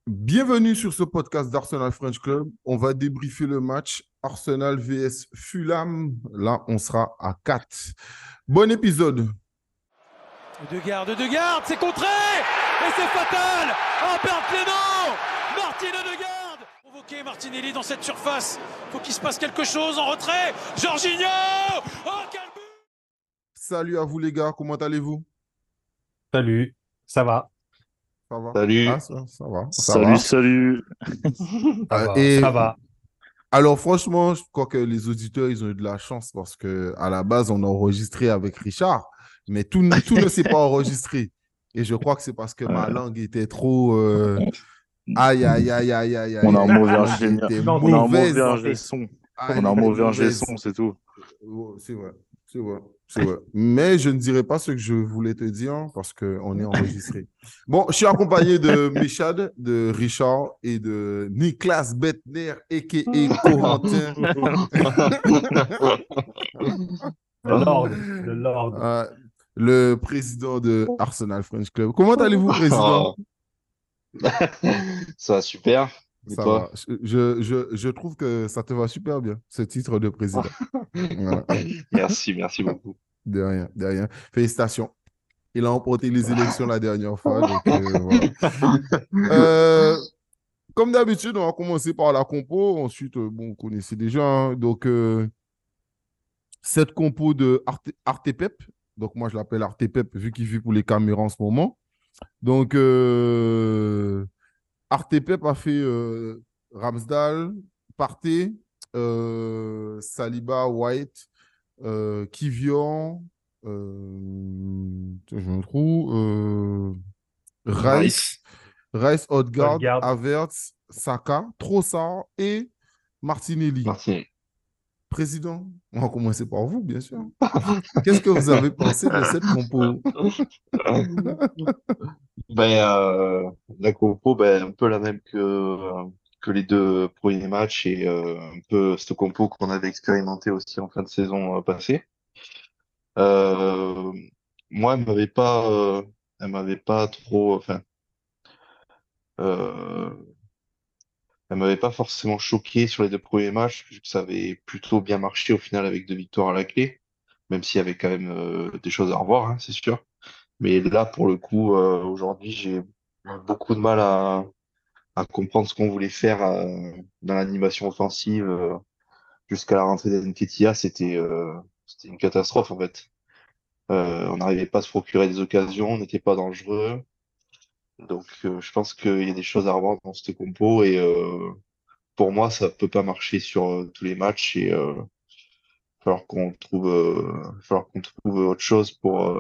Bienvenue sur ce podcast d'Arsenal French Club. On va débriefer le match Arsenal vs Fulham. Là, on sera à 4. Bon épisode. Odegaard, c'est contré et c'est fatal. Oh, perte Clément, Martin Odegaard. Provoqué Martinelli dans cette surface. Faut qu'il se passe quelque chose en retrait. Jorginho. Oh, quel but. Salut à vous les gars, comment allez-vous? Salut, ça va, Ça va? Salut, Ah, ça va, ça salut, va. salut. ça va, Et ça va. alors franchement, je crois que les auditeurs, ils ont eu de la chance parce que à la base, on a enregistré avec Richard, mais tout ne s'est pas enregistré. Et je crois que c'est parce que ma Ouais. langue était trop... Aïe, aïe, aïe, aïe, aïe, aïe, On a un aïe. mauvais Ma langue ingénieur, était on a un mauvaise. mauvais ingé son. Ah, On elle a un était mauvais ingé mauvaise. son, c'est tout. Oh, c'est vrai, c'est vrai, c'est vrai. Mais je ne dirai pas ce que je voulais te dire parce qu'on est enregistré. Bon, je suis accompagné de Michad, de Richard et de Niklas Bettner, a.k.a. Corentin. Le Lord. Le président de Arsenal French Club. Comment allez-vous, président? Oh. Ça va super. Et Ça toi? va. Je trouve que ça te va super bien, ce titre de président. Voilà. Merci beaucoup. De rien, de rien. Félicitations. Il a remporté les élections la dernière fois, donc voilà. Comme d'habitude, on va commencer par la compo. Ensuite, bon, vous connaissez déjà, hein. Donc, cette compo de Artepep. Donc, moi, je l'appelle Artepep vu qu'il vit pour les caméras en ce moment. Donc, Artepep a fait Ramsdale, Partey, Saliba, White, Kivior, je me trouve, Rice, Rice. Odegaard, Odegaard. Havertz, Saka, Trossard et Martinelli. Merci. Président, on va commencer par vous, bien sûr. Qu'est-ce que vous avez pensé de cette compo? La compo, un peu la même que les deux premiers matchs et un peu cette compo qu'on avait expérimenté aussi en fin de saison passée. Euh, Moi, elle m'avait pas trop, enfin, euh, elle m'avait pas forcément choqué sur les deux premiers matchs, puisque ça avait plutôt bien marché au final avec deux victoires à la clé, même s'il y avait quand même des choses à revoir, hein, c'est sûr. Mais là, pour le coup, aujourd'hui, j'ai beaucoup de mal à comprendre ce qu'on voulait faire dans l'animation offensive jusqu'à la rentrée d'Nketiah. C'était une catastrophe en fait. On n'arrivait pas à se procurer des occasions, on n'était pas dangereux. Donc, je pense qu'il y a des choses à revoir dans cette compo et pour moi, ça peut pas marcher sur tous les matchs et falloir qu'on trouve autre chose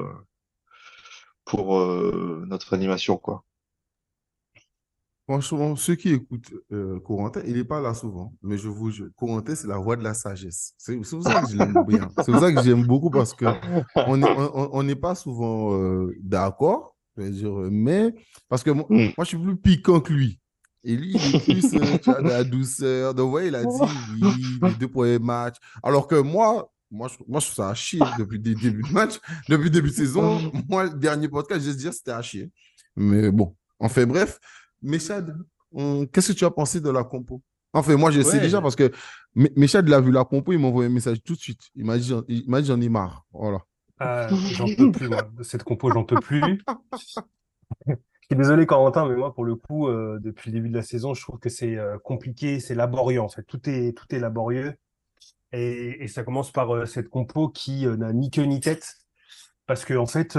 pour notre animation, quoi. Franchement, ceux qui écoutent Corentin, il n'est pas là souvent, mais je vous jure, Corentin, c'est la voix de la sagesse. C'est pour ça que je l'aime bien. C'est pour ça que j'aime beaucoup parce que on n'est pas souvent d'accord, je veux dire, mais parce que Hmm. moi, je suis plus piquant que lui. Et lui, il est plus, tu vois, de la douceur. Donc, ouais, il a dit oui, les deux premiers matchs. Alors que moi, je trouve ça à chier depuis le début de match, depuis le début de saison. Moi, le dernier podcast, je vais dire, c'était à chier. Mais bon, enfin bref. Mechad, qu'est-ce que tu as pensé de la compo? Enfin, moi, je sais Ouais, déjà parce que Mechad, il a vu la compo, il m'a envoyé un message tout de suite. Il m'a dit, j'en ai marre. Voilà. j'en peux plus, moi. De cette compo, j'en peux plus. Je suis désolé, Corentin, mais moi, pour le coup, depuis le début de la saison, je trouve que c'est compliqué, c'est laborieux, en fait. Tout est laborieux. Et ça commence par cette compo qui n'a ni queue ni tête. Parce que, en fait,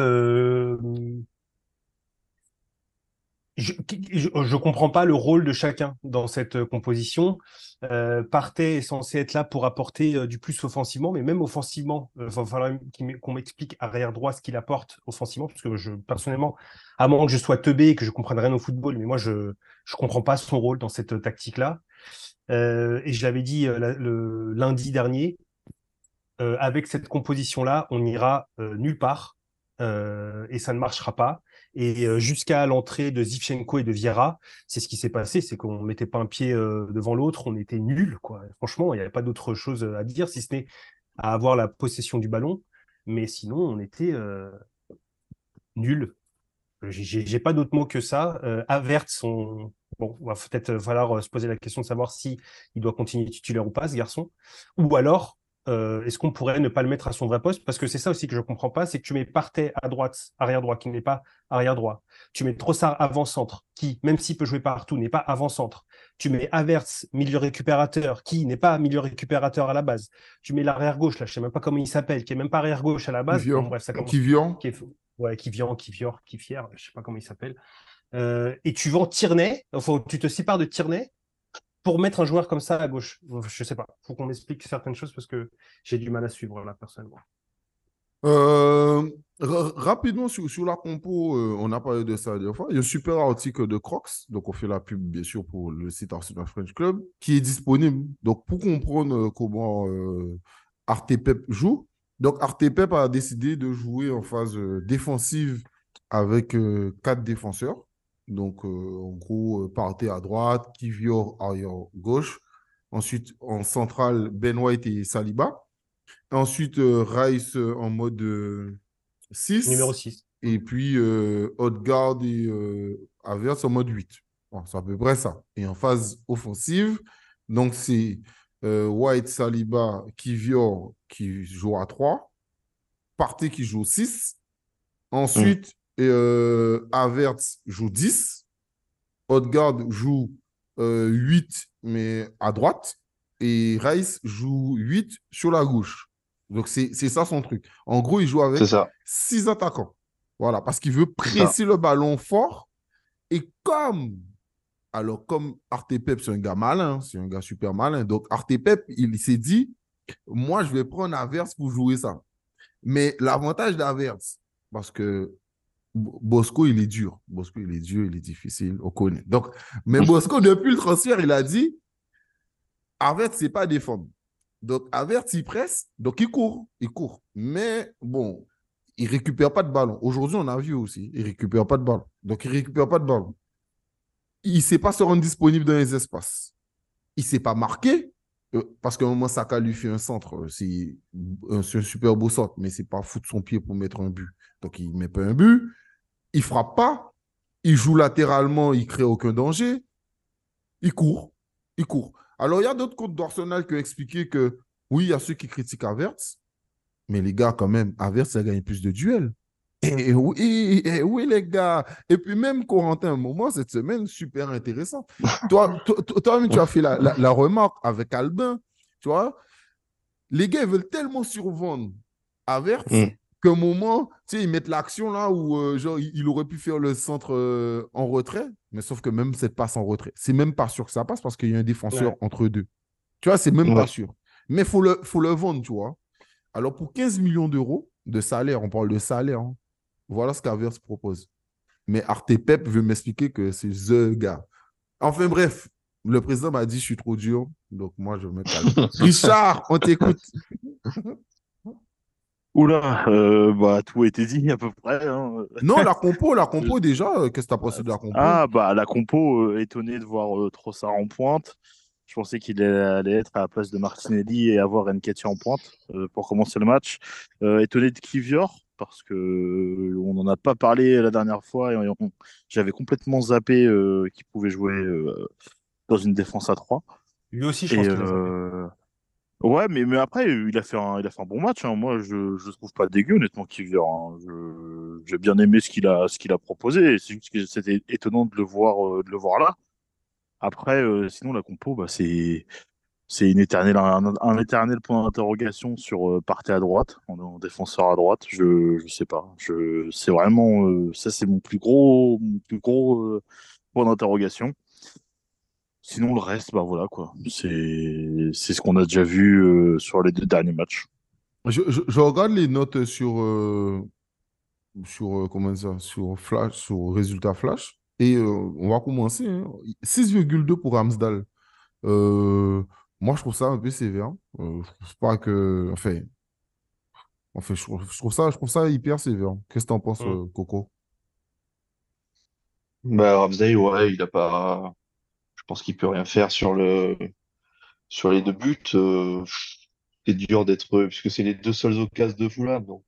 je comprends pas le rôle de chacun dans cette composition. Partey est censé être là pour apporter du plus offensivement, mais même offensivement, il va falloir qu'on m'explique arrière droit ce qu'il apporte offensivement, parce que personnellement, à moins que je sois teubé et que je comprenne rien au football, mais moi je comprends pas son rôle dans cette tactique-là. Et je l'avais dit le lundi dernier, avec cette composition-là, on n'ira nulle part et ça ne marchera pas. Et jusqu'à l'entrée de Zivchenko et de Vieira, c'est ce qui s'est passé, c'est qu'on mettait pas un pied devant l'autre, on était nuls, quoi. Franchement, il n'y avait pas d'autre chose à dire, si ce n'est à avoir la possession du ballon, mais sinon, on était nuls. J'ai pas d'autre mot que ça. Havertz, Bon, il va peut-être falloir se poser la question de savoir si il doit continuer titulaire ou pas, ce garçon. Ou alors, est-ce qu'on pourrait ne pas le mettre à son vrai poste? Parce que c'est ça aussi que je ne comprends pas, c'est que tu mets Partey à droite, arrière droit, qui n'est pas arrière droit. Tu mets Trossard avant-centre, qui, même s'il peut jouer partout, n'est pas avant-centre. Tu mets Havertz, milieu récupérateur, qui n'est pas milieu récupérateur à la base. Tu mets l'arrière gauche, là, je ne sais même pas comment il s'appelle, qui n'est même pas arrière gauche à la base. Bon, Kivior. bref, ça commence. Kivior. Qui est... Ouais, qui fier, je ne sais pas comment il s'appelle. Et tu vends Tierney, enfin, tu te sépares de Tierney pour mettre un joueur comme ça à gauche. Je sais pas. Faut qu'on m'explique certaines choses parce que j'ai du mal à suivre là personnellement. Rapidement sur la compo, on a parlé de ça la dernière fois. Il y a un super article de Crocs, donc on fait la pub bien sûr pour le site Arsenal French Club, qui est disponible. Donc pour comprendre comment Arte Pep joue, donc Arte Pep a décidé de jouer en phase défensive avec 4 défenseurs. Donc en gros, Partey à droite, Kivior arrière gauche. Ensuite en centrale, Ben White et Saliba. Ensuite, Rice en mode Numéro 6. 6. Et puis, Odegaard et Havertz en mode 8. Bon, c'est à peu près ça. Et en phase offensive, donc c'est White, Saliba, Kivior qui joue à 3. Partey qui joue 6. Mm. Ensuite, Havertz joue 10. Odegaard joue 8, mais à droite. Et Rice joue 8 sur la gauche. Donc, c'est ça son truc. En gros, il joue C'est avec ça, 6 attaquants. Voilà, parce qu'il veut c'est ça. presser le ballon fort. Et comme Arte Pep, c'est un gars malin, c'est un gars super malin. Donc, Arte Pep, il s'est dit, moi, je vais prendre Havertz pour jouer ça. Mais l'avantage d'Havertz, parce que Bosco, il est dur. Bosco, il est dur, il est difficile, on connaît. Donc, mais Bosco, depuis le transfert, il a dit, Havertz, c'est pas défendre. Donc, Havertz, il presse, donc il court, il court. Mais bon, il récupère pas de ballon. Aujourd'hui, on a vu aussi, il récupère pas de ballon. Donc, il récupère pas de ballon. Il ne sait pas se rendre disponible dans les espaces. Il ne sait pas marquer, parce qu'à un moment, Saka lui fait un centre. C'est un super beau centre, mais c'est pas foutre son pied pour mettre un but. Donc, il ne met pas un but. Il frappe pas. Il joue latéralement, il crée aucun danger. Il court. Il court. Alors, il y a d'autres comptes d'Arsenal qui ont expliqué que oui, il y a ceux qui critiquent Havertz, mais les gars, quand même, Havertz a gagné plus de duels. Et oui, les gars. Et puis même, Corentin, un moment, cette semaine, super intéressant. Toi-même, tu as fait la remarque avec Albin, tu vois. Les gars, ils veulent tellement survendre Havertz Mm. qu'à un moment, tu sais, ils mettent l'action là où, genre, il aurait pu faire le centre en retrait, mais sauf que même cette passe en retrait, c'est même pas sûr que ça passe parce qu'il y a un défenseur Ouais. entre deux. Tu vois, c'est même pas Ouais. sûr. Mais il faut le vendre, tu vois. Alors, pour 15 millions d'euros de salaire, on parle de salaire, hein, voilà ce qu'Havertz propose. Mais Arte Pep veut m'expliquer que c'est the gars. Enfin bref, le président m'a dit je suis trop dur, donc moi je me calme. Richard, on t'écoute. Oula, bah tout a été dit à peu près, hein. Non, la compo déjà, qu'est-ce que tu as pensé de la compo? Ah bah la compo, étonné de voir Trossard en pointe. Je pensais qu'il allait être à la place de Martinelli et avoir Nketiah en pointe pour commencer le match. Étonné de Kivior parce que on n'en a pas parlé la dernière fois et j'avais complètement zappé qu'il pouvait jouer dans une défense à 3. Lui aussi, je Et pense qu'il a zappé. ouais, mais après, il a fait un bon match, hein. Moi, je le trouve pas dégueu, honnêtement, Kivior, hein. J'ai bien aimé ce qu'il a proposé. C'est juste que c'était étonnant de le voir là. Après, sinon, la compo, bah, c'est un éternel point d'interrogation sur Partey à droite, en défenseur à droite. Je sais pas. C'est vraiment, ça, c'est mon plus gros point d'interrogation. Sinon, le reste, bah voilà, quoi. C'est ce qu'on a déjà vu sur les 2 derniers matchs. Je regarde les notes sur comment ça, sur Flash, sur résultat Flash, et on va commencer, hein. 6,2 pour Ramsdale. Euh, Moi, je trouve ça un peu sévère. Je trouve pas que. Enfin, je trouve ça hyper sévère. Qu'est-ce que t'en penses, Mm. Coco? Bah, Ramsdale, ouais, il a pas. Je pense qu'il peut rien faire sur les deux buts. C'est dur d'être, puisque c'est les deux seules occasions de Fulham, donc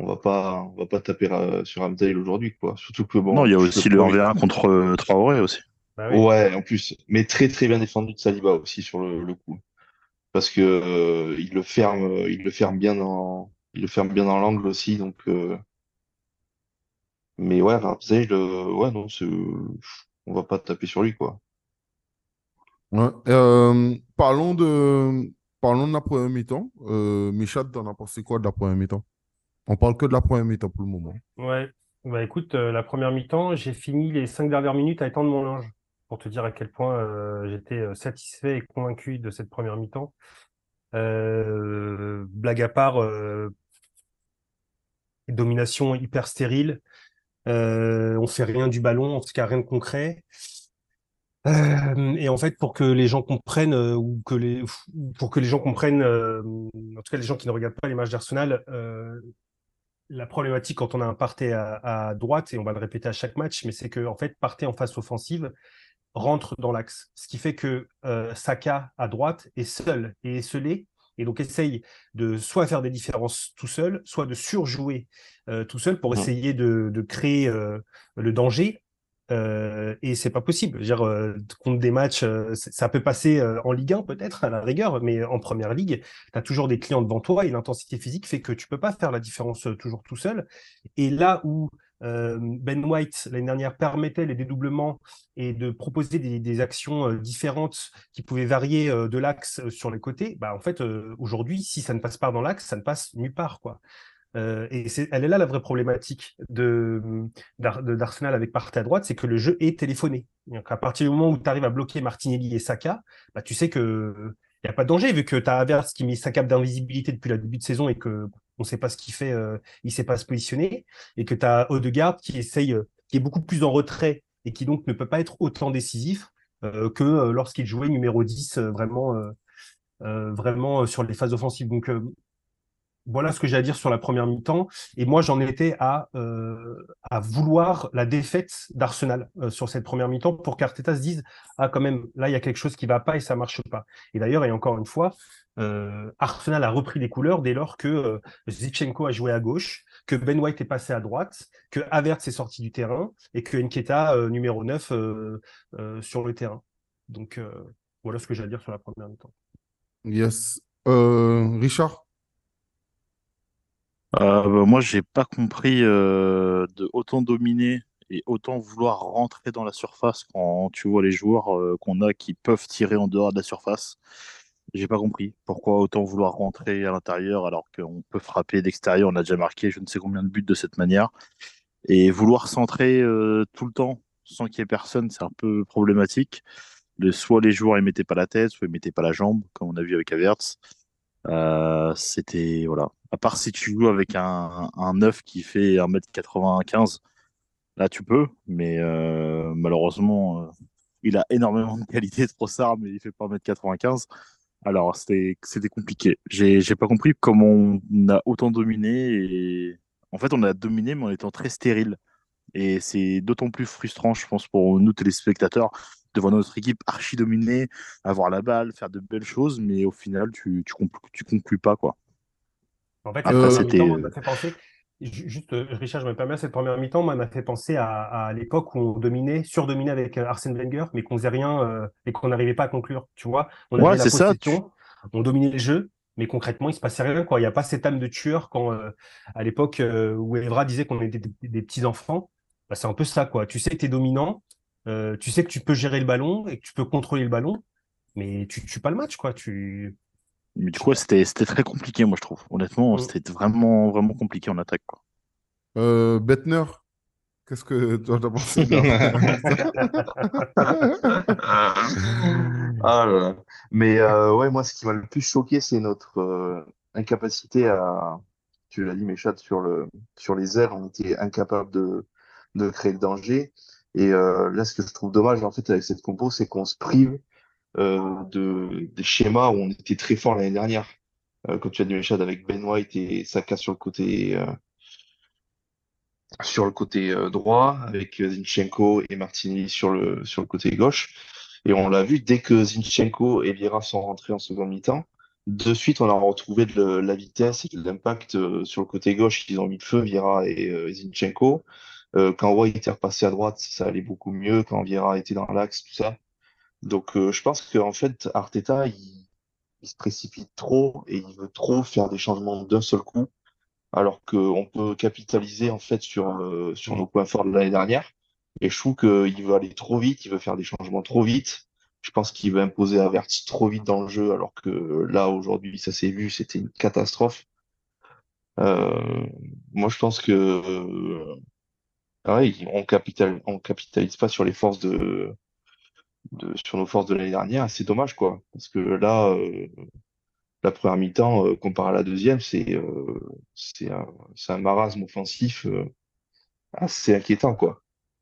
on va pas taper sur Ramsdale aujourd'hui, quoi. Surtout que Non, bon, il y a le aussi le premier, 1v1 contre Traoré aussi. Bah oui. Ouais, en plus, mais très très bien défendu de Saliba aussi sur le coup. Parce que il le ferme bien dans l'angle aussi. Mais ouais, Ramsey, ouais, non, on va pas taper sur lui, quoi. Ouais. Parlons de la première mi-temps. Michel, t'en as pensé quoi de la première mi-temps? On parle que de la première mi-temps pour le moment. Ouais. Bah écoute, la première mi-temps, j'ai fini les 5 dernières minutes à étendre mon linge pour te dire à quel point j'étais satisfait et convaincu de cette première mi-temps. Blague à part, domination hyper stérile. On fait rien du ballon, en tout cas rien de concret. Et en fait, pour que les gens comprennent, pour que les gens comprennent, en tout cas les gens qui ne regardent pas les matchs d'Arsenal, la problématique quand on a un Partey à droite, et on va le répéter à chaque match, mais c'est que en fait, Partey en phase offensive rentre dans l'axe. Ce qui fait que Saka à droite est seul et esselé, et donc essaye de soit faire des différences tout seul, soit de surjouer tout seul pour Mm. essayer de créer le danger. Et c'est pas possible. Je veux dire, contre des matchs, ça peut passer en Ligue 1 peut-être à la rigueur, mais en Première Ligue, tu as toujours des clients devant toi et l'intensité physique fait que tu peux pas faire la différence toujours tout seul. Et là où Ben White l'année dernière permettait les dédoublements et de proposer des actions différentes qui pouvaient varier de l'axe sur les côtés, bah en fait aujourd'hui, si ça ne passe pas dans l'axe, ça ne passe nulle part, quoi. Elle est là la vraie problématique d'Arsenal avec Partey à droite, c'est que le jeu est téléphoné. Donc à partir du moment où tu arrives à bloquer Martinelli et Saka, bah, tu sais que il n'y a pas de danger vu que tu as Havertz qui met sa cape d'invisibilité depuis le début de saison et que on ne sait pas ce qu'il fait, il ne sait pas se positionner, et que tu as Odegaard qui est beaucoup plus en retrait et qui donc ne peut pas être autant décisif que lorsqu'il jouait numéro 10 vraiment sur les phases offensives. Donc voilà ce que j'ai à dire sur la première mi-temps. Et moi, j'en étais à vouloir la défaite d'Arsenal sur cette première mi-temps pour qu'Arteta se dise, ah quand même, là, il y a quelque chose qui ne va pas et ça ne marche pas. Et d'ailleurs, et encore une fois, Arsenal a repris les couleurs dès lors que Zinchenko a joué à gauche, que Ben White est passé à droite, que Havertz est sorti du terrain et que Nketiah, numéro 9, sur le terrain. Donc, voilà ce que j'ai à dire sur la première mi-temps. Yes. Richard? Moi, j'ai pas compris de autant dominer et autant vouloir rentrer dans la surface quand tu vois les joueurs qu'on a qui peuvent tirer en dehors de la surface. J'ai pas compris pourquoi autant vouloir rentrer à l'intérieur alors qu'on peut frapper d'extérieur. On a déjà marqué je ne sais combien de buts de cette manière. Et vouloir centrer tout le temps sans qu'il y ait personne, c'est un peu problématique. Soit les joueurs ils mettaient pas la tête, soit ils mettaient pas la jambe, comme on a vu avec Havertz. C'était, voilà. À part si tu joues avec un 9 qui fait 1m95, là tu peux, mais malheureusement, il a énormément de qualité, Trossard, mais il fait pas 1m95. Alors c'était compliqué. J'ai pas compris comment on a autant dominé et en fait on a dominé mais en étant très stérile. Et c'est d'autant plus frustrant, je pense, pour nous téléspectateurs, de voir notre équipe archi dominée, avoir la balle, faire de belles choses, mais au final, tu conclus pas, quoi. En fait, cette Après, première c'était. mi-temps, moi, m'a fait penser, juste, Richard, je me permets, cette première mi-temps, moi, m'a fait penser à l'époque où on dominait, surdominait avec Arsène Wenger, mais qu'on faisait rien et qu'on n'arrivait pas à conclure. Tu vois, on Ouais, avait la c'est ça. possession, on dominait le jeu, mais concrètement, il se passait rien, quoi. Il n'y a pas cette âme de tueur quand, à l'époque où Evra disait qu'on était des petits enfants. Bah, c'est un peu ça, quoi. Tu sais que tu es dominant, tu sais que tu peux gérer le ballon et que tu peux contrôler le ballon, mais tu tues pas le match, quoi. Mais du coup, ouais, c'était très compliqué, moi, je trouve. Honnêtement, Mm. c'était vraiment, vraiment compliqué en attaque, quoi. Bettner, qu'est-ce que tu as pensé de la première mi-temps? Ah là là. Mais ouais, moi, ce qui m'a le plus choqué, c'est notre incapacité à, tu l'as dit, Méchat, sur les airs, on était incapable de créer le danger. Et là, ce que je trouve dommage, en fait, avec cette compo, c'est qu'on se prive des schémas où on était très fort l'année dernière. Comme tu as dit, Méchat, avec Ben White et Saka sur le côté droit, avec Zinchenko et Martinelli sur le côté gauche. Et on l'a vu, dès que Zinchenko et Vieira sont rentrés en seconde mi-temps, de suite, on a retrouvé la vitesse et de l'impact sur le côté gauche. Ils ont mis le feu, Vieira et Zinchenko. Quand White est repassé à droite, ça allait beaucoup mieux. Quand Vieira était dans l'axe, tout ça. Donc, je pense qu'en fait, Arteta, il se précipite trop et il veut trop faire des changements d'un seul coup, alors qu'on peut capitaliser en fait sur Mm. nos points forts de l'année dernière. Et je trouve qu'il veut aller trop vite, il veut faire des changements trop vite. Je pense qu'il veut imposer Havertz trop vite dans le jeu, alors que là, aujourd'hui, ça s'est vu, c'était une catastrophe. Moi, je pense que ouais, on capitalise pas sur les forces sur nos forces de l'année dernière. C'est dommage, quoi. Parce que là, la première mi-temps, comparé à la deuxième, c'est c'est un marasme offensif assez inquiétant, quoi.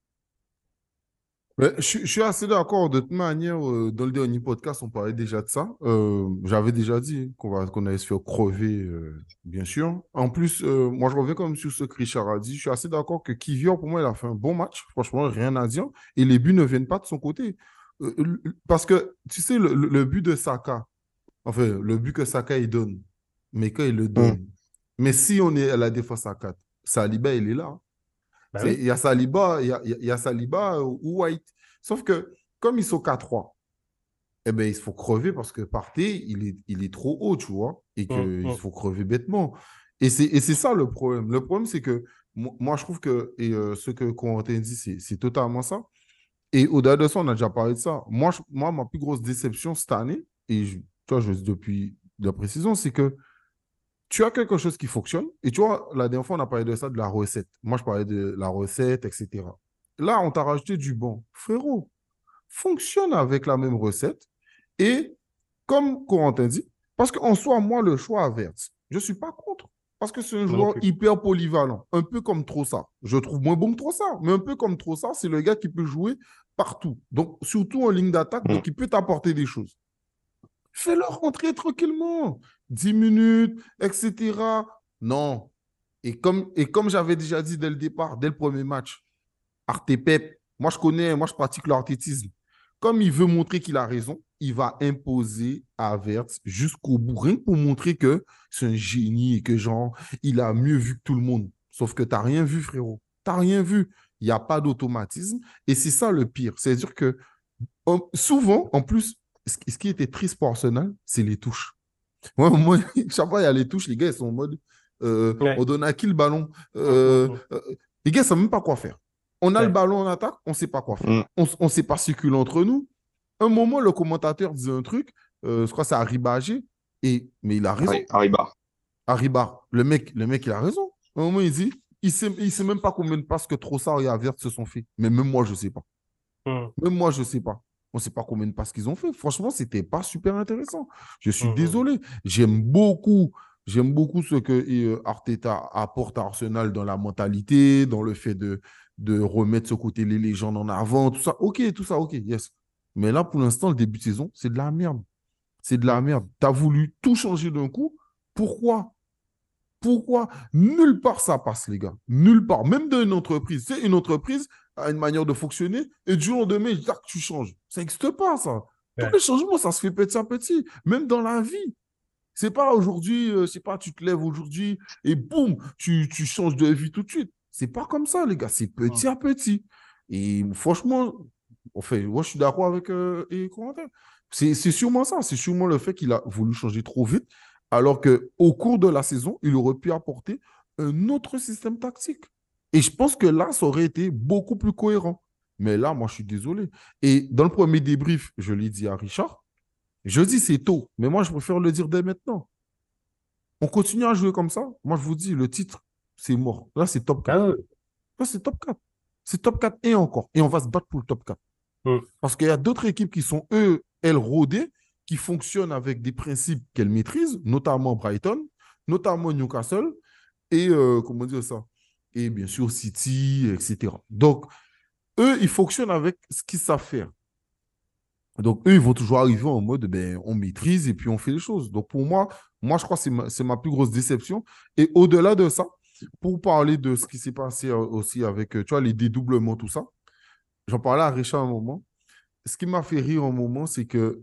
Ouais, je suis assez d'accord. De toute manière, dans le dernier podcast, on parlait déjà de ça. J'avais déjà dit qu'on allait se faire crever, bien sûr. En plus, moi, je reviens comme sur ce que Richard a dit. Je suis assez d'accord que Kivior, pour moi, il a fait un bon match. Franchement, rien à dire. Et les buts ne viennent pas de son côté. Parce que, tu sais, le but de Saka, enfin, le but que Saka, il donne, mais quand il le Hmm. donne, mais si on est à la défense à 4, Saliba, il est là. Bah oui. Il y a Saliba, il y a Saliba ou White. Sauf que comme ils sont 4-3, eh ben, il se faut crever parce que Partey, il est trop haut, tu vois, et Mm, qu'il se mm. faut crever bêtement. Et c'est ça le problème. Le problème, c'est que moi, je trouve que, et ce que Corentin dit, c'est totalement ça. Et au-delà de ça, on a déjà parlé de ça. Moi ma plus grosse déception cette année, tu vois, je le dis depuis la précision, c'est que tu as quelque chose qui fonctionne. Et tu vois, la dernière fois, on a parlé de ça, de la recette. Moi, je parlais de la recette, etc. Là, on t'a rajouté du bon. Frérot, fonctionne avec la même recette. Et comme Corentin dit, parce qu'en soi, moi, le choix Havertz, je ne suis pas contre. Parce que c'est un Moi non joueur plus. hyper polyvalent, un peu comme Trossard. Je trouve moins bon que Trossard, mais un peu comme Trossard, c'est le gars qui peut jouer partout. Donc, surtout en ligne d'attaque, Hmm. donc il peut t'apporter des choses. Fais-le rentrer tranquillement. 10 minutes, etc. Non. Et comme j'avais déjà dit dès le départ, dès le premier match, Arte Pep, moi je pratique l'artétisme. Comme il veut montrer qu'il a raison, il va imposer à Havertz jusqu'au bout, rien que pour montrer que c'est un génie et que genre, il a mieux vu que tout le monde. Sauf que tu n'as rien vu, frérot. Tu n'as rien vu. Il n'y a pas d'automatisme. Et c'est ça le pire. C'est-à-dire que souvent, en plus, ce qui était triste pour Arsenal, c'est les touches. Moi, chaque fois, il y a les touches, les gars, ils sont en mode on Ouais. donne à qui le ballon Mm, mm, mm. Les gars, ils ne savent même pas quoi faire. On a le Ouais. ballon en attaque, on ne sait pas quoi faire. Hmm. On ne sait pas circuler entre nous. Un moment, le commentateur disait un truc, je crois que c'est Arriba Agé, mais il a raison. Arriba. Arriba, le mec, il a raison. À un moment, il dit il sait même pas combien de passes que Trossard et Havertz se sont fait. Mais même moi, je ne sais pas. Mm, Même moi, je ne sais pas. On ne sait pas combien de passes qu'ils ont fait. Franchement, ce n'était pas super intéressant. Je mm, suis mm. désolé. J'aime beaucoup ce que Arteta apporte à Arsenal dans la mentalité, dans le fait de remettre ce côté les légendes en avant, tout ça, ok, yes. Mais là, pour l'instant, le début de saison, c'est de la merde. C'est de la Mm. merde. Tu as voulu tout changer d'un coup. Pourquoi? Pourquoi? Nulle part ça passe, les gars. Nulle part. Même dans une entreprise. C'est une entreprise a une manière de fonctionner et du jour au lendemain, tac, tu changes. Ça n'existe pas, ça. Tous Ouais. les changements, ça se fait petit à petit. Même dans la vie. C'est pas aujourd'hui, c'est pas tu te lèves aujourd'hui et boum, tu changes de vie tout de suite. C'est pas comme ça, les gars. C'est petit Mm. à petit. Et franchement, enfin, moi, je suis d'accord avec et Corentin. C'est sûrement ça. C'est sûrement le fait qu'il a voulu changer trop vite, alors qu'au cours de la saison, il aurait pu apporter un autre système tactique. Et je pense que là, ça aurait été beaucoup plus cohérent. Mais là, moi, je suis désolé. Et dans le premier débrief, je l'ai dit à Richard, je dis c'est tôt, mais moi, je préfère le dire dès maintenant. On continue à jouer comme ça. Moi, je vous dis, le titre, c'est mort. Là, c'est top Ah 4. ouais. Là, c'est top 4. C'est top 4 et encore. Et on va se battre pour le top 4. Mm. Parce qu'il y a d'autres équipes qui sont, eux, elles, rodées, qui fonctionnent avec des principes qu'elles maîtrisent, notamment Brighton, notamment Newcastle, et comment dire ça? Et bien sûr, City, etc. Donc, eux, ils fonctionnent avec ce qu'ils savent faire. Donc, eux, ils vont toujours arriver en mode, ben, on maîtrise et puis on fait les choses. Donc, pour moi, je crois que c'est ma plus grosse déception. Et au-delà de ça, pour parler de ce qui s'est passé aussi avec, tu vois, les dédoublements, tout ça, j'en parlais à Richard un moment. Ce qui m'a fait rire un moment, c'est que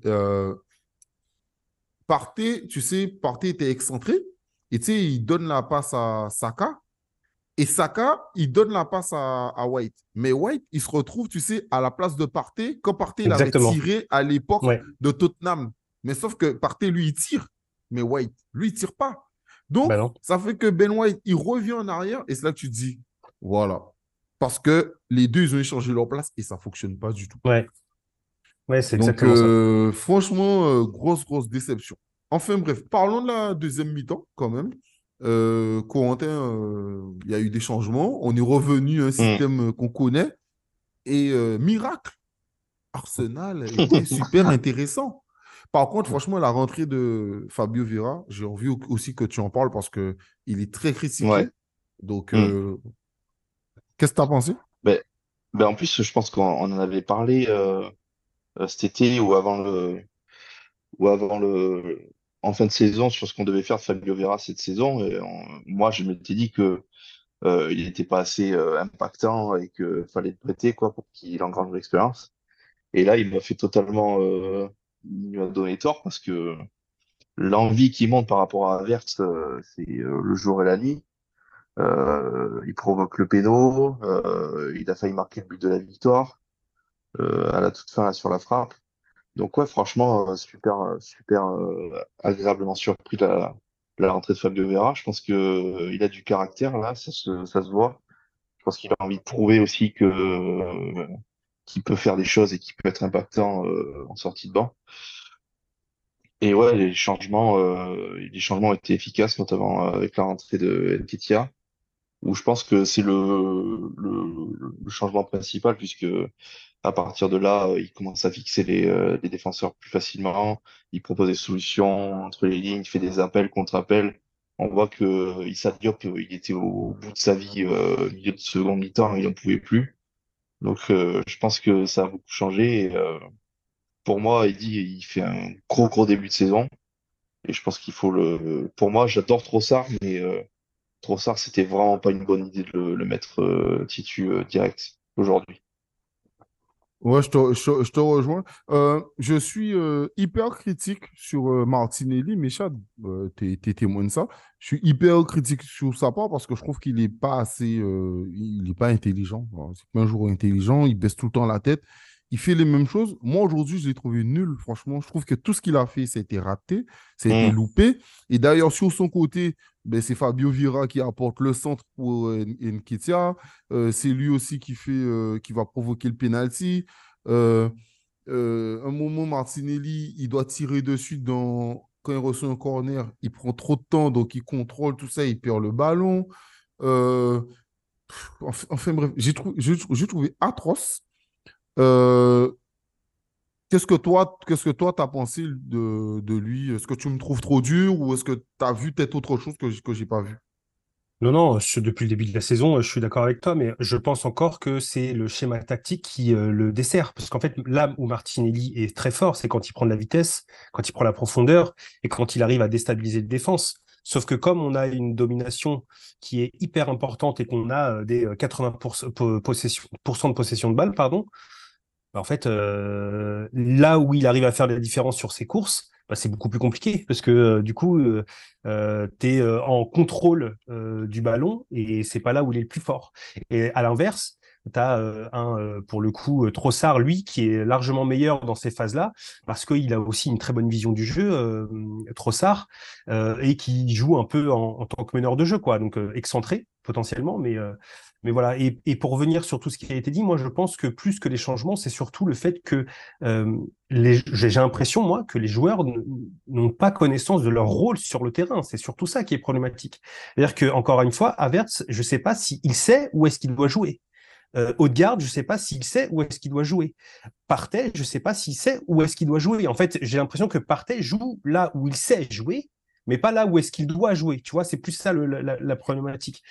Partey, tu sais, Partey était excentré. Et tu sais, il donne la passe à Saka. Et Saka, il donne la passe à White. Mais White, il se retrouve, tu sais, à la place de Partey, quand Partey, il avait Exactement. tiré à l'époque Ouais. de Tottenham. Mais sauf que Partey, lui, il tire. Mais White, lui, il tire pas. Donc, Bah non. ça fait que Ben White, il revient en arrière. Et c'est là que tu te dis, voilà. Parce que les deux, ils ont échangé leur place et ça ne fonctionne pas du tout. Ouais. Ouais, c'est Donc, exactement ça. franchement, grosse déception. Enfin, bref, parlons de la deuxième mi-temps quand même. Corentin, il y a eu des changements. On est revenu à un Hmm. système qu'on connaît. Et miracle, Arsenal était super intéressant. Par contre, franchement, la rentrée de Fabio Vieira, j'ai envie aussi que tu en parles parce qu'il est très Ouais. critiqué. Donc, Hmm. qu'est-ce que tu as pensé? Ben, en plus, je pense qu'on en avait parlé cet été ou avant le, en fin de saison sur ce qu'on devait faire de Fabio Vieira cette saison. Et moi, je m'étais dit que il n'était pas assez impactant et qu'il fallait le prêter quoi pour qu'il engrange de l'expérience. Et là, il m'a fait totalement, il m'a donné tort parce que l'envie qui monte par rapport à Havertz, c'est le jour et la nuit. Il provoque le péno, il a failli marquer le but de la victoire à la toute fin là, sur la frappe. Donc ouais, franchement, super agréablement surpris de la rentrée de Fabio Vieira. Je pense que il a du caractère là, ça se voit. Je pense qu'il a envie de prouver aussi que qu'il peut faire des choses et qu'il peut être impactant en sortie de banc. Et ouais, les changements ont été efficaces, notamment avec la rentrée de Nketiah, où je pense que c'est le changement principal, puisque à partir de là, il commence à fixer les défenseurs plus facilement, il propose des solutions entre les lignes, il fait des appels, contre-appels. On voit que Issa Diop, il était au bout de sa vie, milieu de seconde mi-temps, il n'en pouvait plus. Donc je pense que ça a beaucoup changé. Et, pour moi, Eddie, il fait un gros début de saison. Et je pense qu'il faut le. Pour moi, j'adore Trossard, mais Trossard, c'était vraiment pas une bonne idée de le mettre titu direct aujourd'hui. Ouais, je te rejoins. Je suis hyper critique sur Martinelli, mais Chad, t'es témoin de ça. Je suis hyper critique sur sa part parce que je trouve qu'il n'est pas assez, il n'est pas intelligent. Voilà, c'est pas un joueur intelligent, il baisse tout le temps la tête. Il fait les mêmes choses. Moi, aujourd'hui, je l'ai trouvé nul, franchement. Je trouve que tout ce qu'il a fait, ça a été raté, ça a été Hmm. loupé. Et d'ailleurs, sur son côté, ben, c'est Fabio Vieira qui apporte le centre pour Nketiah. C'est lui aussi qui va provoquer le penalty. Euh, un moment, Martinelli, il doit tirer dessus quand il reçoit un corner. Il prend trop de temps, donc il contrôle tout ça, il perd le ballon. Euh, enfin, bref, j'ai trouvé atroce. Euh, qu'est-ce que toi, t'as pensé de lui? Est-ce que tu me trouves trop dur ou est-ce que tu as vu peut-être autre chose que j'ai pas vu? Non, non, depuis le début de la saison, je suis d'accord avec toi, mais je pense encore que c'est le schéma tactique qui le dessert. Parce qu'en fait, là où Martinelli est très fort, c'est quand il prend de la vitesse, quand il prend la profondeur et quand il arrive à déstabiliser les défenses. Sauf que comme on a une domination qui est hyper importante et qu'on a des 80% de possession de balle, pardon, bah, en fait, là où il arrive à faire la différence sur ses courses, bah, c'est beaucoup plus compliqué parce que du coup, tu es en contrôle du ballon et c'est pas là où il est le plus fort. Et à l'inverse, tu as pour le coup, Trossard, lui, qui est largement meilleur dans ces phases-là parce qu'il a aussi une très bonne vision du jeu, Trossard, et qui joue un peu en tant que meneur de jeu, quoi. Donc excentré potentiellement, mais voilà, et pour revenir sur tout ce qui a été dit, moi je pense que plus que les changements, c'est surtout le fait que j'ai l'impression, moi, que les joueurs n'ont pas connaissance de leur rôle sur le terrain. C'est surtout ça qui est problématique. C'est-à-dire que, encore une fois, Havertz, je ne sais pas s'il sait où est-ce qu'il doit jouer. Odegaard, je ne sais pas s'il sait où est-ce qu'il doit jouer. Partey, je ne sais pas s'il sait où est-ce qu'il doit jouer. En fait, j'ai l'impression que Partey joue là où il sait jouer, mais pas là où est-ce qu'il doit jouer. Tu vois, c'est plus ça la problématique.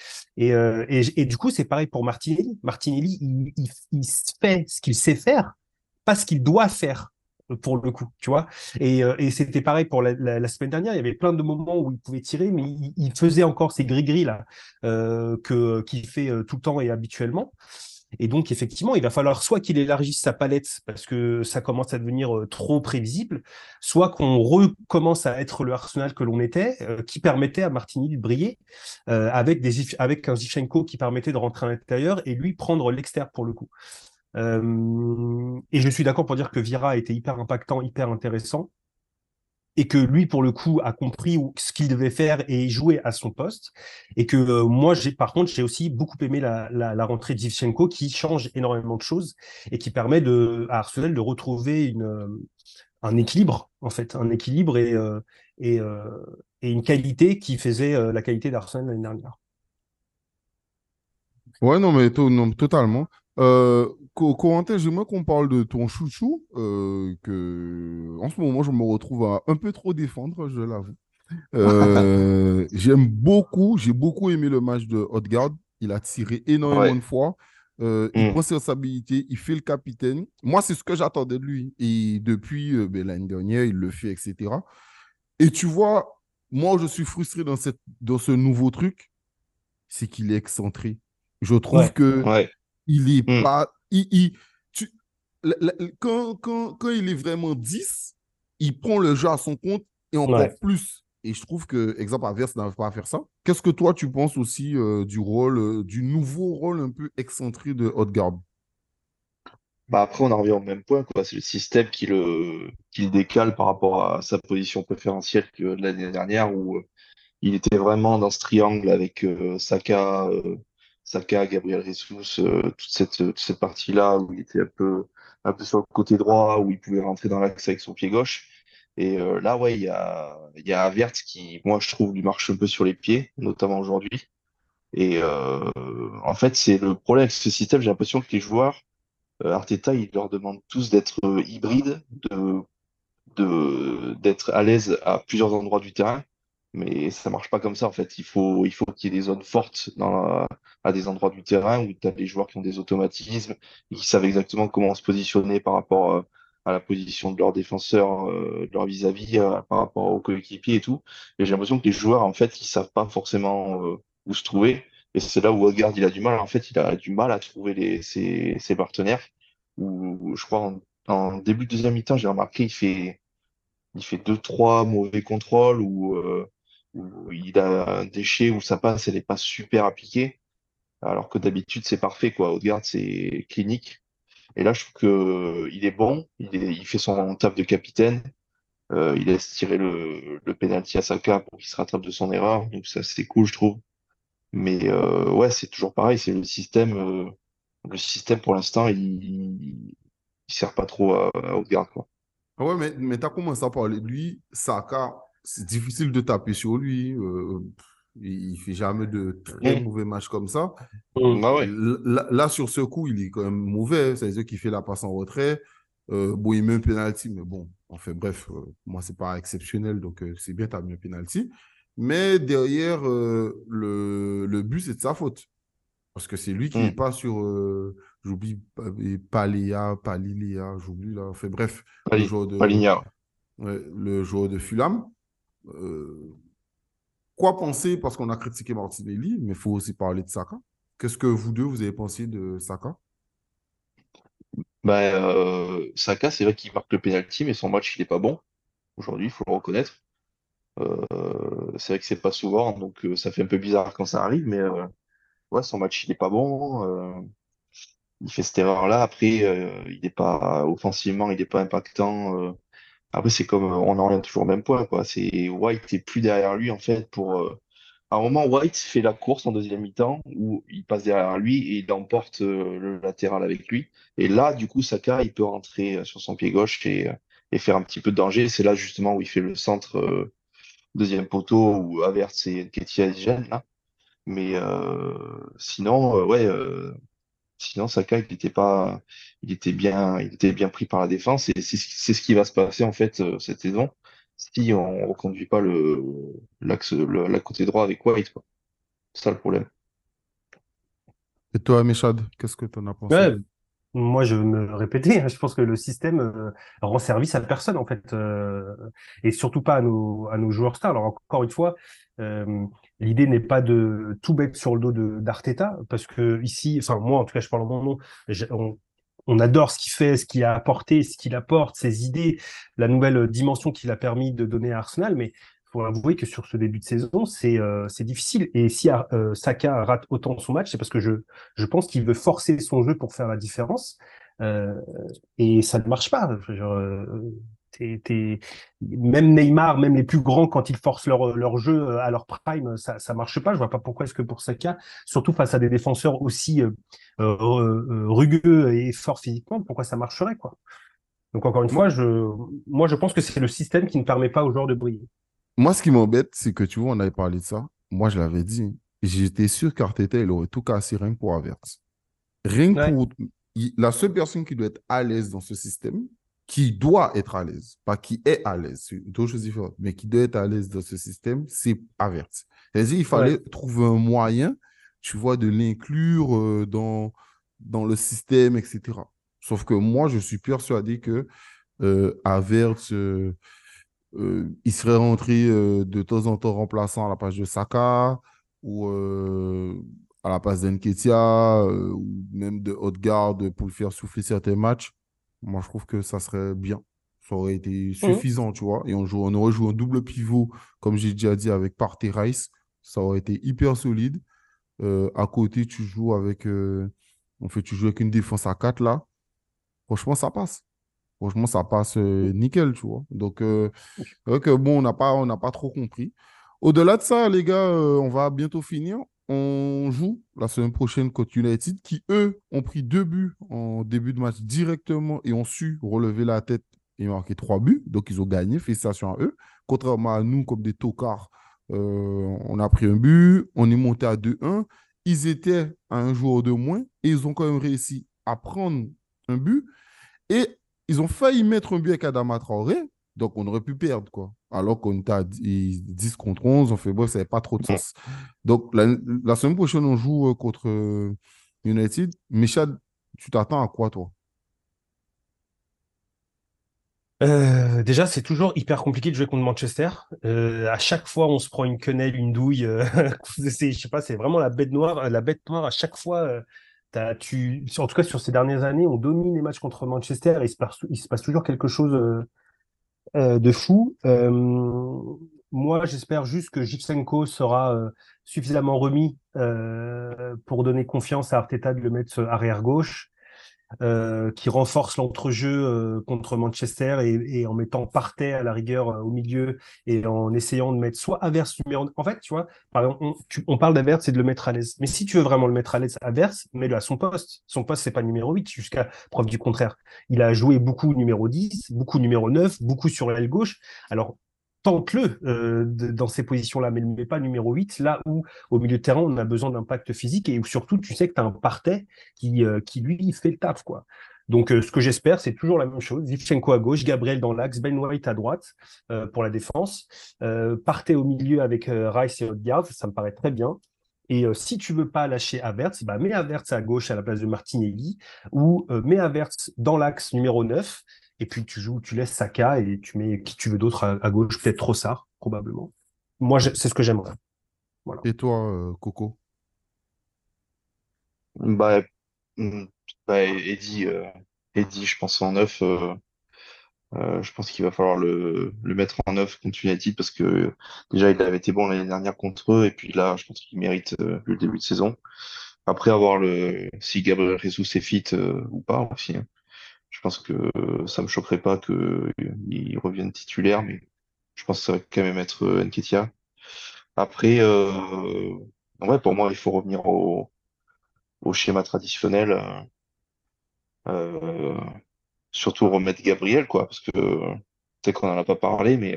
Et du coup, c'est pareil pour Martinelli. Martinelli, il fait ce qu'il sait faire, pas ce qu'il doit faire pour le coup, tu vois. Et c'était pareil pour la semaine dernière. Il y avait plein de moments où il pouvait tirer, mais il faisait encore ces gris-gris là qu'il fait tout le temps et habituellement. Et donc, effectivement, il va falloir soit qu'il élargisse sa palette parce que ça commence à devenir trop prévisible, soit qu'on recommence à être le Arsenal que l'on était, qui permettait à Martinelli de briller, avec un Zinchenko qui permettait de rentrer à l'intérieur et lui prendre l'extérieur pour le coup. Et je suis d'accord pour dire que Vieira a été hyper impactant, hyper intéressant, et que lui, pour le coup, a compris ce qu'il devait faire et jouer à son poste. Et que moi, par contre, j'ai aussi beaucoup aimé la rentrée de Zivchenko qui change énormément de choses et qui permet à Arsenal de retrouver un équilibre, en fait, un équilibre et, euh, et une qualité qui faisait la qualité d'Arsenal l'année dernière. Ouais, non, mais non, totalement. Corentin, j'aimerais qu'on parle de ton chouchou, que en ce moment, je me retrouve à un peu trop défendre, je l'avoue. J'ai beaucoup aimé le match de Odegaard. Il a tiré énormément Ouais. de fois. Il Mm. prend ses responsabilités, il fait le capitaine. Moi, c'est ce que j'attendais de lui. Et depuis l'année dernière, il le fait, etc. Et tu vois, moi, je suis frustré dans ce nouveau truc, c'est qu'il est excentré. Je trouve Ouais, que Ouais. il est Mm. pas. Tu- quand il est vraiment 10, il prend le jeu à son compte et ouais. encore plus. Et je trouve que, exemple, Averse n'arrive pas à faire ça. Qu'est-ce que toi, tu penses aussi du nouveau rôle un peu excentré de Odegaard? Bah après, on en revient au même point, quoi. C'est le système qui le décale par rapport à sa position préférentielle que l'année dernière, où il était vraiment dans ce triangle avec Saka, Gabriel Jesus, toute cette partie-là où il était un peu sur le côté droit, où il pouvait rentrer dans l'axe avec son pied gauche. Et là, ouais, il y a Havertz qui, moi, je trouve, lui marche un peu sur les pieds, notamment aujourd'hui. Et en fait, c'est le problème avec ce système. J'ai l'impression que les joueurs, Arteta, il leur demande tous d'être hybrides, d'être à l'aise à plusieurs endroits du terrain, mais ça marche pas comme ça en fait. Il faut qu'il y ait des zones fortes à des endroits du terrain où tu as des joueurs qui ont des automatismes et qui savent exactement comment se positionner par rapport à la position de leurs défenseurs, de leur vis-à-vis, par rapport aux coéquipiers et tout. Et j'ai l'impression que les joueurs en fait, ils savent pas forcément où se trouver. Et c'est là où Odegaard, il a du mal. En fait, il a du mal à trouver ses partenaires. Ou je crois en début de deuxième mi-temps, j'ai remarqué, il fait deux, trois mauvais contrôles où il a un déchet où sa passe, elle est pas super appliquée, alors que d'habitude, c'est parfait, quoi. Odegaard, c'est clinique. Et là, je trouve que il est bon, il fait son taf de capitaine, il laisse tirer le penalty à Saka pour qu'il se rattrape de son erreur, donc ça, c'est cool, je trouve. Mais ouais, c'est toujours pareil, c'est le système pour l'instant, il sert pas trop à Odegaard, quoi. Ah ouais, mais tu as commencé à parler de lui. Saka, c'est difficile de taper sur lui. Il fait jamais de très Mm. mauvais matchs comme ça. Mm. Bah ouais. Là, sur ce coup, il est quand même mauvais. C'est-à-dire qu'il fait la passe en retrait. Bon, il met un penalty, mais bon, enfin bref, moi, c'est pas exceptionnel, donc c'est bien, tu as mis un penalty. Mais derrière, le but, c'est de sa faute. Parce que c'est lui qui n'est Mm. pas sur. J'oublie Paliléa, j'oublie là. Enfin bref, Paligna. le joueur de Fulham. Euh, Quoi penser, parce qu'on a critiqué Martinelli, mais il faut aussi parler de Saka. Qu'est-ce que vous deux, vous avez pensé de Saka? Bah, Saka, c'est vrai qu'il marque le penalty, mais son match, il est pas bon. Aujourd'hui, il faut le reconnaître. C'est vrai que c'est pas souvent, donc ça fait un peu bizarre quand ça arrive, mais ouais, son match, il est pas bon. Il fait cette erreur-là. Après, il est pas offensivement, il est pas impactant. Après, c'est comme on en revient toujours au même point, quoi. C'est White est plus derrière lui en fait pour. À un moment, White fait la course en deuxième mi-temps où il passe derrière lui et il emporte le latéral avec lui. Et là, du coup, Saka, il peut rentrer sur son pied gauche et faire un petit peu de danger. C'est là justement où il fait le centre deuxième poteau où Havertz et Nketiah se gênent là. Mais sinon, ouais. Sinon, Saka, il était bien pris par la défense et c'est ce qui va se passer en fait cette saison si on reconduit pas la côté droit avec White, quoi. C'est ça le problème. Et toi, Mechad, qu'est-ce que tu en as pensé? Ouais, moi, je vais me répéter, hein, je pense que le système rend service à personne, en fait, et surtout pas à nos joueurs stars. Alors, encore une fois, euh, l'idée n'est pas de tout mettre sur le dos d'Arteta, parce que ici, enfin moi en tout cas, je parle en mon nom, on adore ce qu'il fait, ce qu'il a apporté, ce qu'il apporte, ses idées, la nouvelle dimension qu'il a permis de donner à Arsenal, mais il faut avouer que sur ce début de saison, c'est difficile. Et si Saka rate autant son match, c'est parce que je pense qu'il veut forcer son jeu pour faire la différence. Euh, et ça ne marche pas. Genre, même Neymar, même les plus grands, quand ils forcent leur jeu à leur prime, ça marche pas. Je vois pas pourquoi est-ce que pour Saka, surtout face à des défenseurs aussi rugueux et forts physiquement, pourquoi ça marcherait, quoi. Donc encore une Moi, fois, moi je pense que c'est le système qui ne permet pas aux joueurs de briller. moi, ce qui m'embête, c'est que tu vois, on avait parlé de ça. Moi, je l'avais dit. J'étais sûr qu'Arteta, il aurait tout cassé rien que pour Havertz. Rien que Ouais, pour. La seule personne qui doit être à l'aise dans ce système, qui doit être à l'aise, pas qui est à l'aise, c'est deux choses différentes, mais qui doit être à l'aise dans ce système, c'est Havertz. C'est-à-dire, il ouais. fallait trouver un moyen, tu vois, de l'inclure dans le système, etc. Sauf que moi, je suis persuadé que Havertz, il serait rentré de temps en temps remplaçant à la place de Saka ou à la place d'Nketiah ou même de Odegaard pour le faire souffler certains matchs. Moi, je trouve que ça serait bien. Ça aurait été Mhm. suffisant, tu vois. Et on aurait joué un double pivot, comme j'ai déjà dit, avec Partey Rice. Ça aurait été hyper solide. À côté, tu joues avec une défense à 4 là. Franchement, ça passe. Franchement, ça passe nickel, tu vois. Donc, c'est vrai que bon, on n'a pas trop compris. Au-delà de ça, les gars, on va bientôt finir. On joue la semaine prochaine contre United, qui, eux, ont pris 2 buts en début de match directement et ont su relever la tête et marquer 3 buts. Donc, ils ont gagné. Félicitations à eux. Contrairement à nous, comme des tocards, on a pris un but, on est monté à 2-1. Ils étaient à un joueur de moins et ils ont quand même réussi à prendre un but. Et ils ont failli mettre un but avec Adama Traoré, donc on aurait pu perdre, quoi. Alors qu'on était à 10 contre 11, on fait bref, ça n'avait pas trop de sens. Donc la semaine prochaine, on joue contre United. Michel, tu t'attends à quoi, toi? Déjà, c'est toujours hyper compliqué de jouer contre Manchester. À chaque fois, on se prend une quenelle, une douille. Je sais pas, c'est vraiment la bête noire. La bête noire, à chaque fois, en tout cas, sur ces dernières années, on domine les matchs contre Manchester et il se passe toujours quelque chose de fou. Moi, j'espère juste que Gipsenko sera suffisamment remis pour donner confiance à Arteta de le mettre arrière gauche, qui renforce l'entrejeu contre Manchester et en mettant Partey à la rigueur au milieu et en essayant de mettre soit Havertz numéro. En fait, tu vois, par exemple, on parle d'Havertz et de le mettre à l'aise. Mais si tu veux vraiment le mettre à l'aise, Havertz, mets-le à son poste. Son poste, c'est pas numéro 8, jusqu'à preuve du contraire. Il a joué beaucoup numéro 10, beaucoup numéro 9, beaucoup sur l'aile gauche. Alors, tente-le dans ces positions-là, mais ne le mets pas numéro 8, là où au milieu de terrain, on a besoin d'impact physique et où surtout, tu sais que tu as un Partey qui lui fait le taf, quoi. Donc, ce que j'espère, c'est toujours la même chose. Zivchenko à gauche, Gabriel dans l'axe, Ben White à droite pour la défense. Partez au milieu avec Rice et Odegaard, ça me paraît très bien. Et si tu veux pas lâcher Havertz, bah, mets Havertz à gauche à la place de Martinelli ou mets Havertz dans l'axe numéro 9 et puis tu laisses Saka et tu mets qui tu veux d'autre à gauche, peut-être Trossard, probablement. Moi, c'est ce que j'aimerais. Voilà. Et toi, Coco? Bah, hmm, Eddie, je pense en neuf. Je pense qu'il va falloir le mettre en neuf contre United parce que déjà il avait été bon l'année dernière contre eux et puis là je pense qu'il mérite le début de saison. Après avoir si Gabriel Jesus est fit ou pas aussi, hein. Je pense que ça me choquerait pas qu'il revienne titulaire, mais je pense que ça va quand même être Nketiah. Après, ouais, pour moi il faut revenir au schéma traditionnel. Euh, Surtout remettre Gabriel, quoi, parce que peut-être qu'on en a pas parlé, mais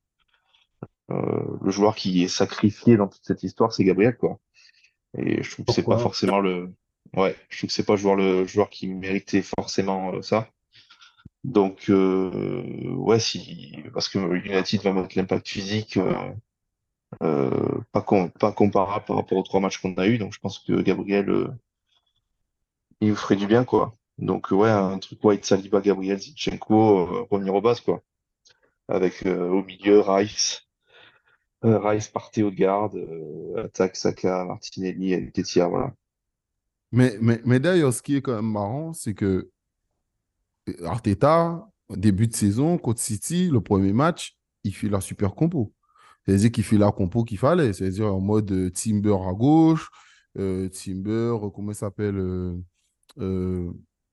le joueur qui est sacrifié dans toute cette histoire, c'est Gabriel, quoi. Et je trouve que c'est pas Pourquoi? forcément ouais, je trouve que c'est pas le joueur qui méritait forcément ça. Donc, ouais, parce que United va mettre l'impact physique, pas comparable par rapport aux 3 matchs qu'on a eu. Donc, je pense que Gabriel, il vous ferait du bien, quoi. Donc, ouais, un truc White, Saliba, Gabriel, Zinchenko, revenir aux bases, quoi. Avec au milieu Rice. Rice partait au garde, attaque Saka, Martinelli, Nketiah, voilà. Mais d'ailleurs, ce qui est quand même marrant, c'est que Arteta, au début de saison, contre City, le premier match, il fait la super compo. C'est-à-dire qu'il fait la compo qu'il fallait. C'est-à-dire en mode Timber à gauche, Timber, comment il s'appelle euh,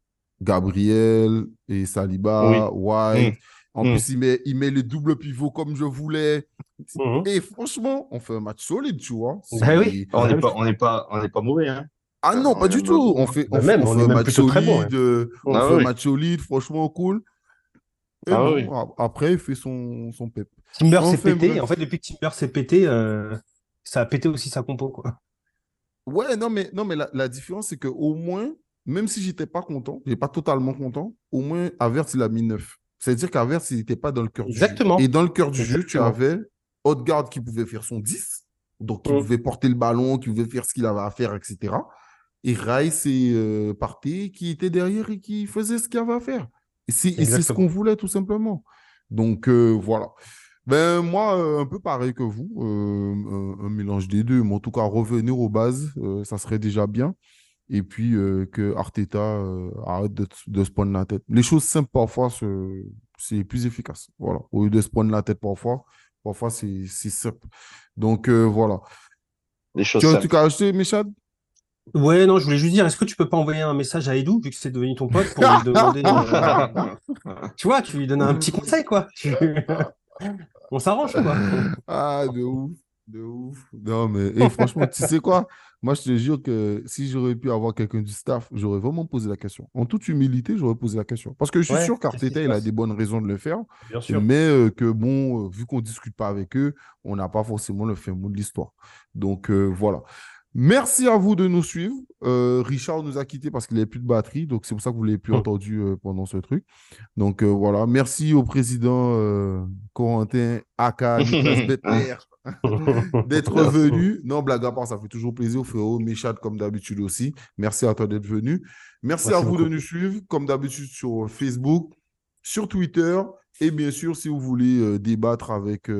Gabriel et Saliba, Oui. White. Mm. En Mm. plus, il met le double pivot comme je voulais. Mhm. Et franchement, on fait un match solide, tu vois. Ben oui. On Ben n'est oui. pas, on n'est pas, on n'est pas mauvais, hein. Ah non, On pas est du même tout. bon, On hein. fait, on Ben fait, même, on on fait est un même match plutôt très bon. Ouais. solide. On Ah fait un oui. match solide, franchement cool. Et Ah non, oui. après, il fait son pep. Timber s'est Enfin, pété. En fait, bref. depuis que Timber s'est pété, ça a pété aussi sa compo, quoi. Ouais, non, mais la différence, c'est qu'au moins, même si j'étais pas content, je n'étais pas totalement content, au moins, Havertz, il a mis 9. C'est-à-dire qu'Havertz, il n'était pas dans le cœur du jeu. Et Exactement. dans le cœur du jeu, tu Exactement. avais Odegaard qui pouvait faire son 10, donc qui Mm. pouvait porter le ballon, qui pouvait faire ce qu'il avait à faire, etc. Et Rice et Partey qui étaient derrière et qui faisaient ce qu'il avait à faire. Et c'est ce qu'on Exactement. voulait, tout simplement. Donc, voilà. Ben, moi, un peu pareil que vous, un mélange des deux, mais en tout cas, revenir aux bases, ça serait déjà bien. Et puis, que Arteta arrête de se prendre la tête. Les choses simples, parfois, c'est plus efficace. Voilà. Au lieu de se prendre la tête parfois c'est simple. Donc, voilà. Les choses Tu as un truc simples. à acheter, Michel? Ouais, non, je voulais juste dire, est-ce que tu peux pas envoyer un message à Edu, vu que c'est devenu ton pote, pour lui demander, tu vois, tu lui donnes un petit conseil, quoi. On s'arrange ou pas? Ah, de ouf, de ouf. Non, mais et franchement, tu sais quoi? Moi, je te jure que si j'aurais pu avoir quelqu'un du staff, j'aurais vraiment posé la question. En toute humilité, j'aurais posé la question. Parce que je suis Ouais, sûr qu'est-ce qui qu'Arteta, se il a des passe? bonnes raisons de le faire, Bien sûr. mais que bon, vu qu'on ne discute pas avec eux, on n'a pas forcément le fin mot de l'histoire. Donc, voilà. Merci à vous de nous suivre. Richard nous a quittés parce qu'il n'avait plus de batterie, donc c'est pour ça que vous ne l'avez plus Hum. entendu pendant ce truc. Donc voilà, merci au président Corentin Aka Nicolas Bettner d'être Merci. venu. Non, blague à part, ça fait toujours plaisir, frérot. Méchad, comme d'habitude aussi. Merci à toi d'être venu. Merci à Merci vous de beaucoup. nous suivre, comme d'habitude, sur Facebook, sur Twitter. Et bien sûr, si vous voulez débattre avec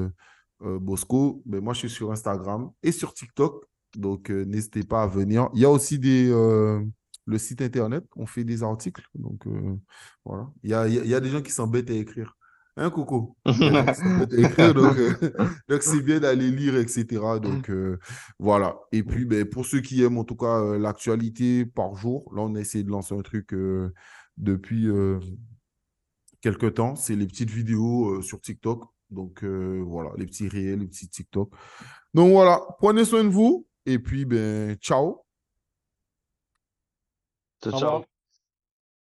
Bosco, ben moi, je suis sur Instagram et sur TikTok. Donc, n'hésitez pas à venir. Il y a aussi le site internet. On fait des articles. Donc, voilà. Il y a des gens qui s'embêtent à écrire. Hein, Coco? Il y a des gens qui s'embêtent à écrire. Donc, donc c'est bien d'aller lire, etc. Donc, voilà. Et puis, ben, pour ceux qui aiment, en tout cas, l'actualité par jour, là, on a essayé de lancer un truc depuis quelques temps. C'est les petites vidéos sur TikTok. Donc, voilà, les petits réels, les petits TikTok. Donc, voilà. Prenez soin de vous. Et puis, ben, ciao. Ciao, Au ciao. revoir.